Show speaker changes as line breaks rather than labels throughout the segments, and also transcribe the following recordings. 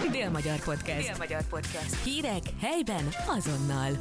Dél-Magyar Podcast.
Dél-Magyar Podcast.
Hírek helyben azonnal.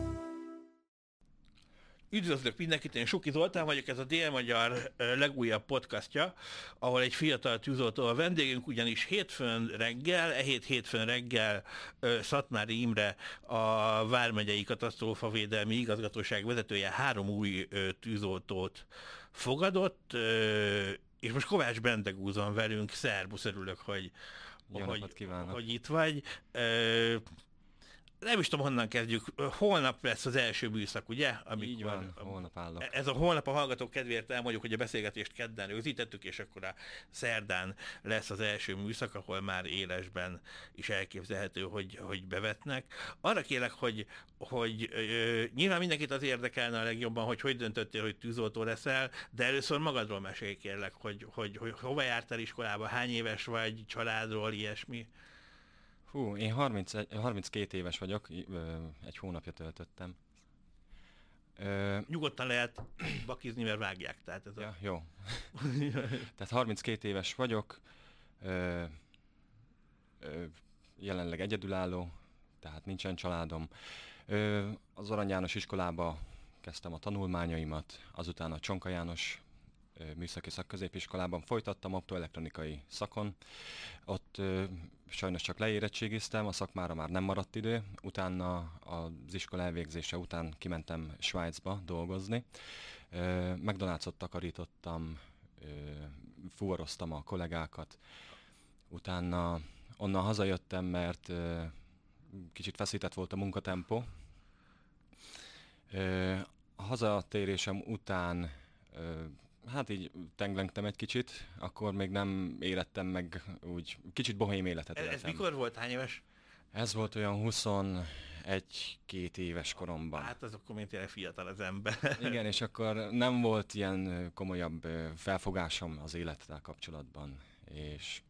Üdvözlök mindenkit, én Suki Zoltán vagyok, ez a Dél-Magyar legújabb podcastja, ahol egy fiatal tűzoltó a vendégünk, ugyanis hétfőn reggel Szatmári Imre, a Vármegyei Katasztrófavédelmi Igazgatóság vezetője 3 új tűzoltót fogadott, és most Kovács Bendegúz van velünk. Szerbusz, örülök, hogy itt vagy. Nem is tudom, honnan kezdjük. Holnap lesz az első műszak, ugye?
Amikor így van, holnap állok.
Ez a holnap a hallgatók kedvéért elmondjuk, hogy a beszélgetést kedden rögzítettük, és akkor a szerdán lesz az első műszak, ahol már élesben is elképzelhető, hogy bevetnek. Arra kérlek, hogy nyilván mindenkit az érdekelne a legjobban, hogy döntöttél, hogy tűzoltó leszel, de először magadról mesélj, kérlek, hogy hova jártál iskolába, hány éves vagy, családról, ilyesmi.
Hú, én 32 éves vagyok, egy hónapja töltöttem.
Nyugodtan lehet bakizni, mert vágják. Tehát ez
ja, jó. Tehát 32 éves vagyok, jelenleg egyedülálló, tehát nincsen családom. Az Arany János iskolába kezdtem a tanulmányaimat, azután a Csonka János műszaki szakközépiskolában folytattam optoelektronikai szakon. Ott sajnos csak leérettségiztem, a szakmára már nem maradt idő. Utána az iskola elvégzése után kimentem Svájcba dolgozni. McDonald's-ot takarítottam, fuvaroztam a kollégákat. Utána onnan hazajöttem, mert kicsit feszített volt a munkatempó. A hazatérésem után hát így tenglengtem egy kicsit, akkor még nem érettem meg úgy, kicsit bohém életet éltem.
Ez mikor volt? Hány éves?
Ez volt olyan 21-2 éves koromban.
Hát az akkor még tényleg fiatal az ember.
Igen, és akkor nem volt ilyen komolyabb felfogásom az élettel kapcsolatban, és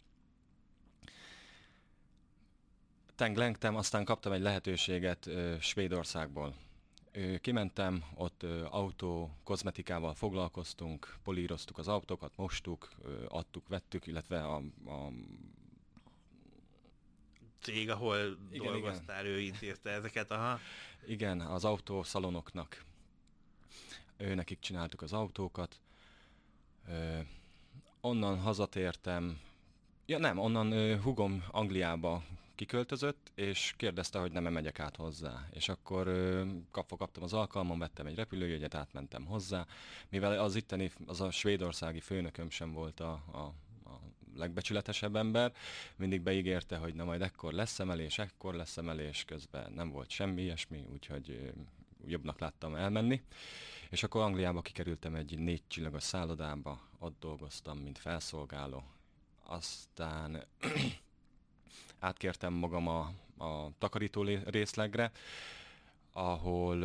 tenglengtem, aztán kaptam egy lehetőséget Svédországból. Kimentem, ott autó kozmetikával foglalkoztunk, políroztuk az autókat, mostuk, adtuk, vettük, illetve a
cég, ahol dolgoztál, ő intézte ezeket, aha.
Igen, az autószalonoknak. Nekik csináltuk az autókat. Onnan hazatértem. Ja nem, onnan húgom Angliába kiköltözött, és kérdezte, hogy nem megyek át hozzá. És akkor kaptam az alkalmon, vettem egy repülőjegyet, átmentem hozzá. Mivel az itteni, az a svédországi főnököm sem volt a legbecsületesebb ember, mindig beígérte, hogy na majd ekkor lesz emelés, közben nem volt semmi ilyesmi, úgyhogy jobbnak láttam elmenni. És akkor Angliába kikerültem egy 4 csillagos szállodába, ott dolgoztam, mint felszolgáló. Aztán átkértem magam a takarító részlegre, ahol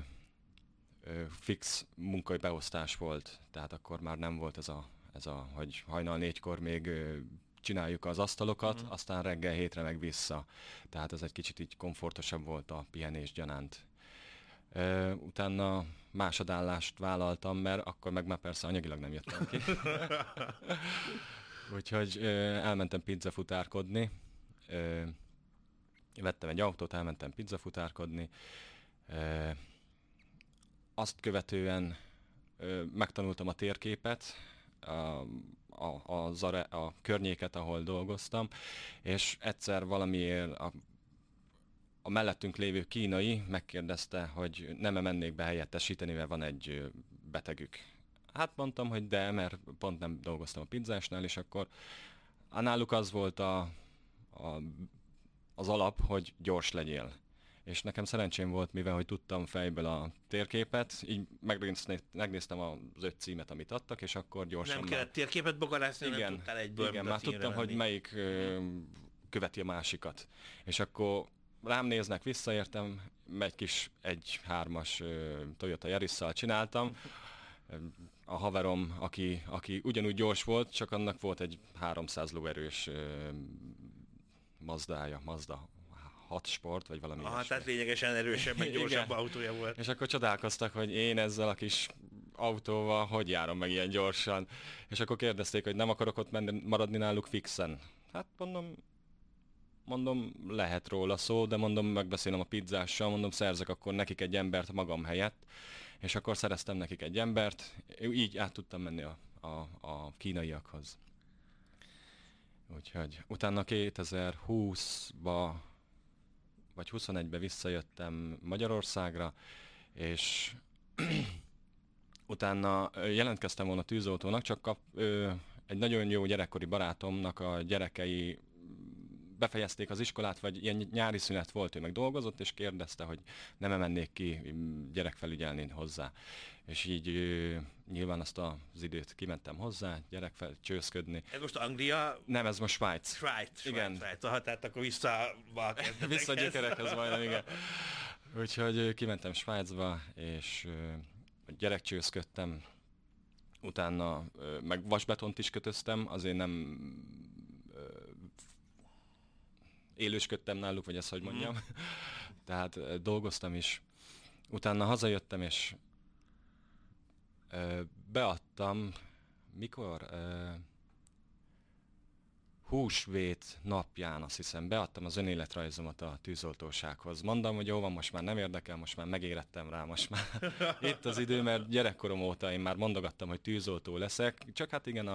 fix munkai beosztás volt, tehát akkor már nem volt ez a hogy hajnal 4-kor még csináljuk az asztalokat, aztán reggel 7-re meg vissza. Tehát ez egy kicsit így komfortosabb volt a pihenés gyanánt. Utána másodállást vállaltam, mert akkor meg már persze anyagilag nem jöttem ki. Úgyhogy elmentem pizzafutárkodni. Vettem egy autót, elmentem pizzafutárkodni. Azt megtanultam a térképet, a környéket, ahol dolgoztam, és egyszer valamiért a mellettünk lévő kínai megkérdezte, hogy nem mennék be helyettesíteni, mert van egy betegük. Hát mondtam, hogy de, mert pont nem dolgoztam a pizzásnál, és akkor náluk az volt az alap, hogy gyors legyél. És nekem szerencsém volt, mivel hogy tudtam fejből a térképet, így megnéztem az 5 címet, amit adtak, és akkor gyorsan...
Nem kellett térképet bogarászni, nem tudtál egyből.
Igen, már tudtam, hogy melyik követi a másikat. És akkor rám néznek, visszaértem, egy kis 1.3-as Toyota Yarisszal csináltam. A haverom, aki ugyanúgy gyors volt, csak annak volt egy 300 lóerős Mazda 6 Sport, vagy valami ilyesmi.
Tehát lényegesen erősebb, meg gyorsabb autója volt.
És akkor csodálkoztak, hogy én ezzel a kis autóval hogy járom meg ilyen gyorsan. És akkor kérdezték, hogy nem akarok ott maradni náluk fixen. Hát mondom, mondom, lehet róla szó, de mondom, megbeszélem a pizzással, mondom, szerzek akkor nekik egy embert magam helyett, és akkor szereztem nekik egy embert, így át tudtam menni a kínaiakhoz. Úgyhogy utána 2020-ba vagy 21-be visszajöttem Magyarországra, és utána jelentkeztem volna tűzoltónak, csak egy nagyon jó gyerekkori barátomnak a gyerekei befejezték az iskolát, vagy ilyen nyári szünet volt, ő meg dolgozott, és kérdezte, hogy nem mennék ki gyerekfelügyelni hozzá. És így nyilván azt az időt kimentem hozzá, gyerekfelcsőszködni.
Ez most Anglia?
Nem, ez most Svájc.
Igen. Tehát akkor vissza
a gyökerekhez majdnem, igen. Úgyhogy kimentem Svájcba, és gyerekcsőszködtem, utána meg vasbetont is kötöztem, azért nem élősködtem náluk, vagy ezt hogy mondjam. Tehát dolgoztam is. Utána hazajöttem, és beadtam, mikor? Húsvét napján, azt hiszem, beadtam az önéletrajzomat a tűzoltósághoz. Mondom, hogy jó van, most már nem érdekel, most már megérettem rá, most már itt az idő, mert gyerekkorom óta én már mondogattam, hogy tűzoltó leszek, csak hát igen,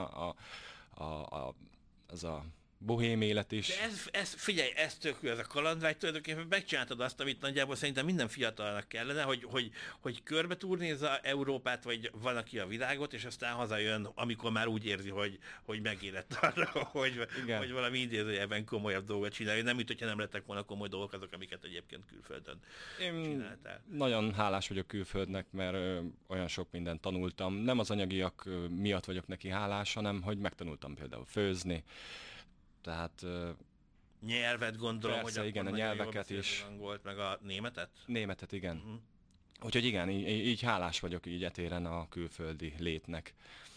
az a bohém élet is.
De figyelj, ez tök jó, ez a kalandvágy, tulajdonképpen megcsináltad azt, amit nagyjából szerintem minden fiatalnak kellene, hogy körbe turnézza Európát, vagy van, aki a világot, és aztán hazajön, amikor már úgy érzi, hogy megérett arra, hogy valami idézőjelben komolyabb dolgot csinálja. Nem, mint hogyha nem lettek volna komoly dolgok azok, amiket egyébként külföldön csináltál.
Nagyon hálás vagyok külföldnek, mert olyan sok mindent tanultam. Nem az anyagiak miatt vagyok neki hálás, hanem hogy megtanultam például főzni. Tehát
nyelvet gondolom,
persze,
hogy
igen, a nyelveket is.
Angolt, meg a németet?
Németet, igen. Úgyhogy igen, így hálás vagyok így etéren a külföldi létnek.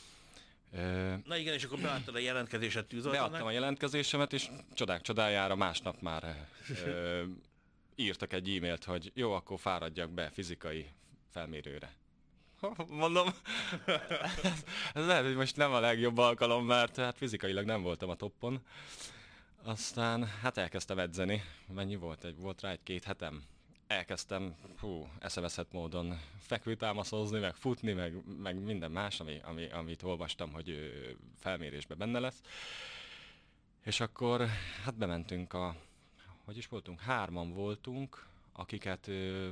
Na igen, és akkor beadtad a jelentkezéset tűzoltónak?
Beadtam a jelentkezésemet, és csodák csodájára másnap már írtak egy e-mailt, hogy jó, akkor fáradjak be fizikai felmérőre. Mondom, ez lehet, hogy most nem a legjobb alkalom, mert hát fizikailag nem voltam a toppon. Aztán hát elkezdtem edzeni. Mennyi volt? Volt rá egy-két hetem. Elkezdtem eszeveszett módon fekvőtámaszozni, meg futni, meg minden más, amit olvastam, hogy felmérésben benne lesz. És akkor hát bementünk hogy is voltunk? 3-an voltunk, akiket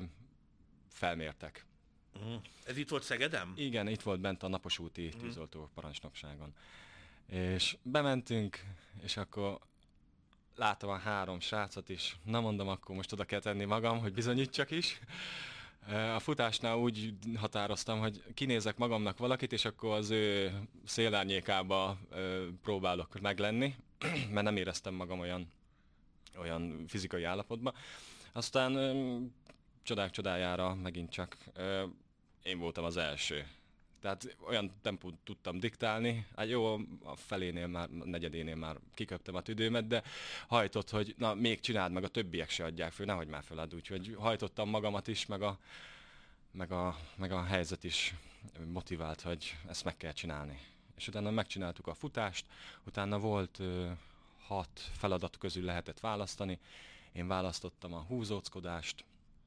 felmértek.
Ez itt volt Szegeden?
Igen, itt volt bent a Napos úti tűzoltó parancsnokságon. És bementünk, és akkor látom a 3 srácot is. Na mondom, akkor most oda kell tenni magam, hogy bizonyítsak is. A futásnál úgy határoztam, hogy kinézek magamnak valakit, és akkor az ő szélárnyékába próbálok meglenni, mert nem éreztem magam olyan fizikai állapotban. Aztán csodák csodájára megint csak én voltam az első. Tehát olyan tempót tudtam diktálni, hát jó, a felénél már, a negyedénél már kiköptem a tüdőmet, de hajtott, hogy na még csináld meg, a többiek se adják föl, nehogy már föladd, úgyhogy hajtottam magamat is, meg a helyzet is motivált, hogy ezt meg kell csinálni. És utána megcsináltuk a futást, utána volt 6 feladat közül lehetett választani, én választottam a húzóckodást,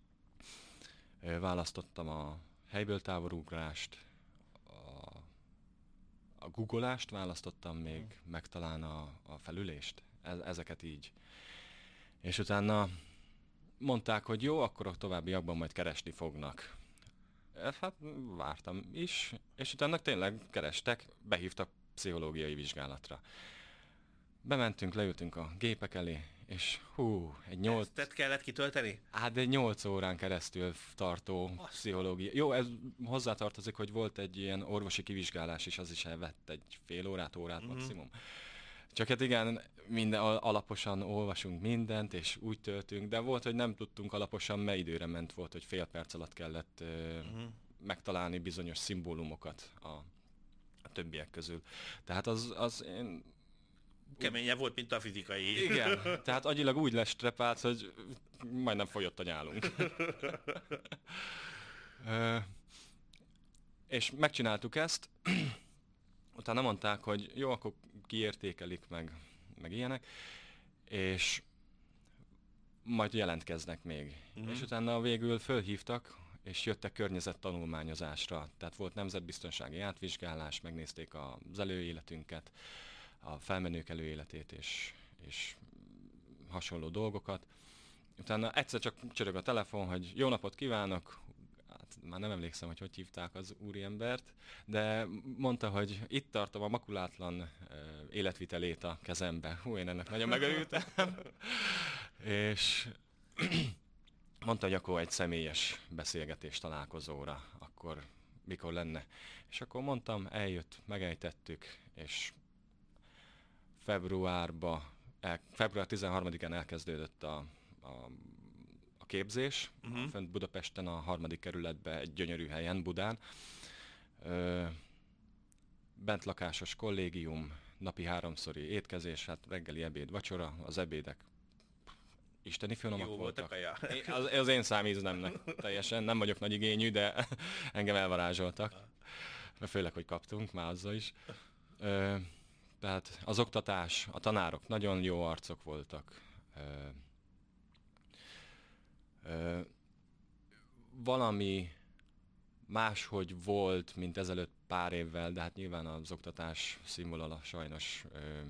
választottam a helyből távolugrást, a guggolást választottam még, meg talán a felülést, ezeket így. És utána mondták, hogy jó, akkor a továbbiakban majd keresni fognak. Hát vártam is, és utána tényleg kerestek, behívtak pszichológiai vizsgálatra. Bementünk, leültünk a gépek elé, és egy 8...
Ezt kellett kitölteni?
Hát egy 8 órán keresztül tartó pszichológia. Jó, ez hozzátartozik, hogy volt egy ilyen orvosi kivizsgálás, és az is elvett egy fél órát maximum. Csak hát igen, alaposan olvasunk mindent, és úgy töltünk, de volt, hogy nem tudtunk alaposan, mely időre ment, volt, hogy fél perc alatt kellett megtalálni bizonyos szimbólumokat a többiek közül. Tehát az én...
Keményebb volt, mint a fizikai.
Igen, tehát agyilag úgy lestrepált, hogy majdnem folyott a nyálunk. És megcsináltuk ezt, utána mondták, hogy jó, akkor kiértékelik meg ilyenek, és majd jelentkeznek még. És utána végül fölhívtak, és jöttek környezettanulmányozásra. Tehát volt nemzetbiztonsági átvizsgálás, megnézték az előéletünket, a felmenők előéletét és hasonló dolgokat. Utána egyszer csak csörög a telefon, hogy jó napot kívánok, hát már nem emlékszem, hogy hívták az úriembert, de mondta, hogy itt tartom a makulátlan életvitelét a kezembe. Hú, én ennek nagyon megörültem. És mondta, hogy akkor egy személyes beszélgetés találkozóra, akkor mikor lenne. És akkor mondtam, eljött, megejtettük, és február 13-án elkezdődött a képzés, fönt Budapesten, a 3. kerületben, egy gyönyörű helyen, Budán. Bentlakásos kollégium, napi 3-szori étkezés, hát reggeli, ebéd, vacsora, az ebédek isteni finomak voltak. Az én számíznemnek teljesen, nem vagyok nagy igényű, de engem elvarázsoltak. Főleg, hogy kaptunk, már azzal is. Tehát az oktatás, a tanárok nagyon jó arcok voltak. Valami máshogy volt, mint ezelőtt pár évvel, de hát nyilván az oktatás színvonala sajnos...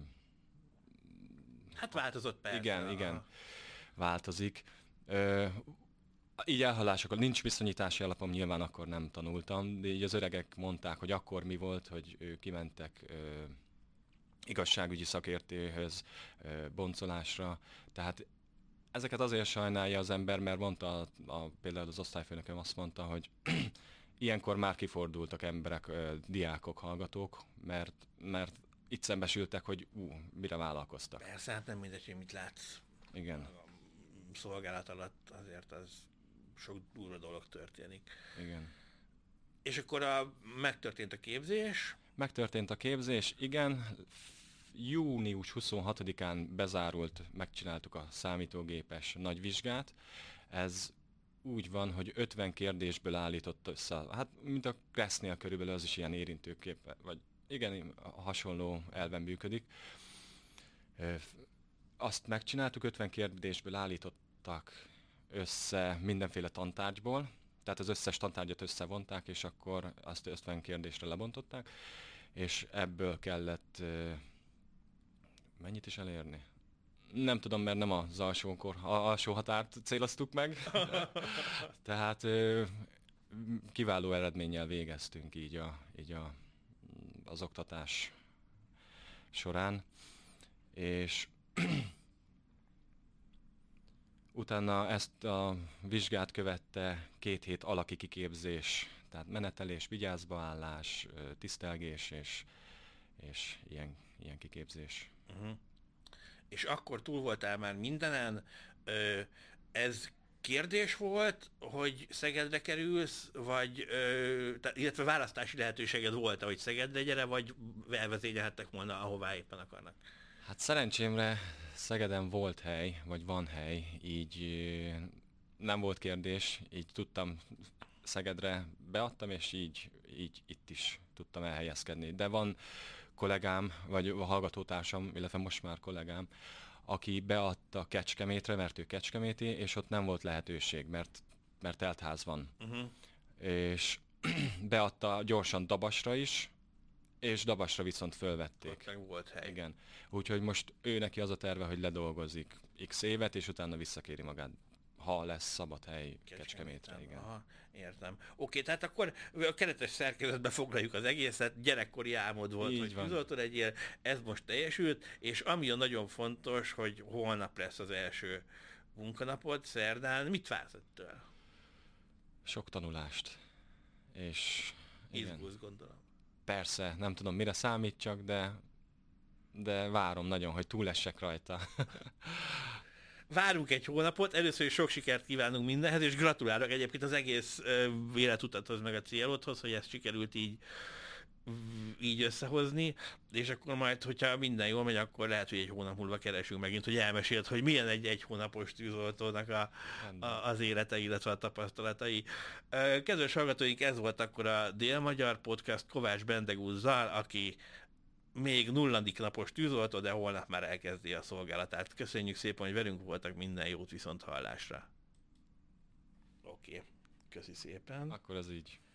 Hát változott persze.
Igen, változik. Így elhallásokkal nincs viszonyítási alapom, nyilván akkor nem tanultam, de így az öregek mondták, hogy akkor mi volt, hogy kimentek igazságügyi szakértőhöz, boncolásra, tehát ezeket azért sajnálja az ember, mert mondta például az osztályfőnököm azt mondta, hogy ilyenkor már kifordultak emberek, diákok, hallgatók, mert itt szembesültek, hogy mire vállalkoztak.
Persze, hát nem mindegy, hogy mit látsz.
Igen.
A szolgálat alatt azért az sok durva dolog történik.
Igen.
És akkor megtörtént a képzés?
Megtörtént a képzés, igen. Június 26-án bezárult, megcsináltuk a számítógépes nagyvizsgát. Ez úgy van, hogy 50 kérdésből állított össze. Hát, mint a Kressnél körülbelül, az is ilyen érintőkép, vagy igen, hasonló elven működik. Azt megcsináltuk, 50 kérdésből állítottak össze mindenféle tantárgyból, tehát az összes tantárgyat összevonták, és akkor azt 50 kérdésre lebontották, és ebből kellett mennyit is elérni? Nem tudom, mert nem az alsó határt céloztuk meg, tehát kiváló eredménnyel végeztünk így az oktatás során, és utána ezt a vizsgát követte 2 hét alaki kiképzés, tehát menetelés, vigyázbaállás, tisztelgés és ilyen kiképzés.
És akkor túl voltál már mindenen, ez kérdés volt, hogy Szegedre kerülsz, vagy, illetve választási lehetőséged volt, hogy Szegedre gyere, vagy elvezényelhettek volna, ahová éppen akarnak?
Hát szerencsémre Szegeden volt hely, vagy van hely, így nem volt kérdés, így tudtam Szegedre beadtam, és így itt is tudtam elhelyezkedni. De van kollégám, vagy a hallgatótársam, illetve most már kollégám, aki beadta Kecskemétre, mert ő kecskeméti, és ott nem volt lehetőség, mert teltház van. És beadta gyorsan Dabasra is, és Dabasra viszont fölvették.
Ott meg volt hely.
Igen. Úgyhogy most ő neki az a terve, hogy ledolgozik x évet, és utána visszakéri magát, ha lesz szabad hely Kecskemétre. Igen.
Aha, értem. Oké, tehát akkor a keretes szerkezetbe foglaljuk az egészet, gyerekkori álmod volt, hogy tűzoltó legyél, ez most teljesült, és ami a nagyon fontos, hogy holnap lesz az első munkanapod, szerdán, mit vársz ettől?
Sok tanulást. És
izgulsz, gondolom.
Persze, nem tudom mire számítsak, de várom nagyon, hogy túlessek rajta.
Várunk egy hónapot, először is sok sikert kívánunk mindenhez, és gratulálok egyébként az egész életutathoz, meg a célodhoz, hogy ezt sikerült így összehozni, és akkor majd, hogyha minden jól megy, akkor lehet, hogy egy hónap múlva keresünk megint, hogy elmeséld, hogy milyen egy hónapos tűzoltónak az élete, illetve a tapasztalatai. Kedves hallgatóink, ez volt akkor a Dél-Magyar Podcast Kovács Bendegúzzal, aki még 0. napos tűzoltó, de holnap már elkezdi a szolgálatát. Köszönjük szépen, hogy velünk voltak, minden jót, viszont hallásra. Oké. Köszi szépen.
Akkor ez így.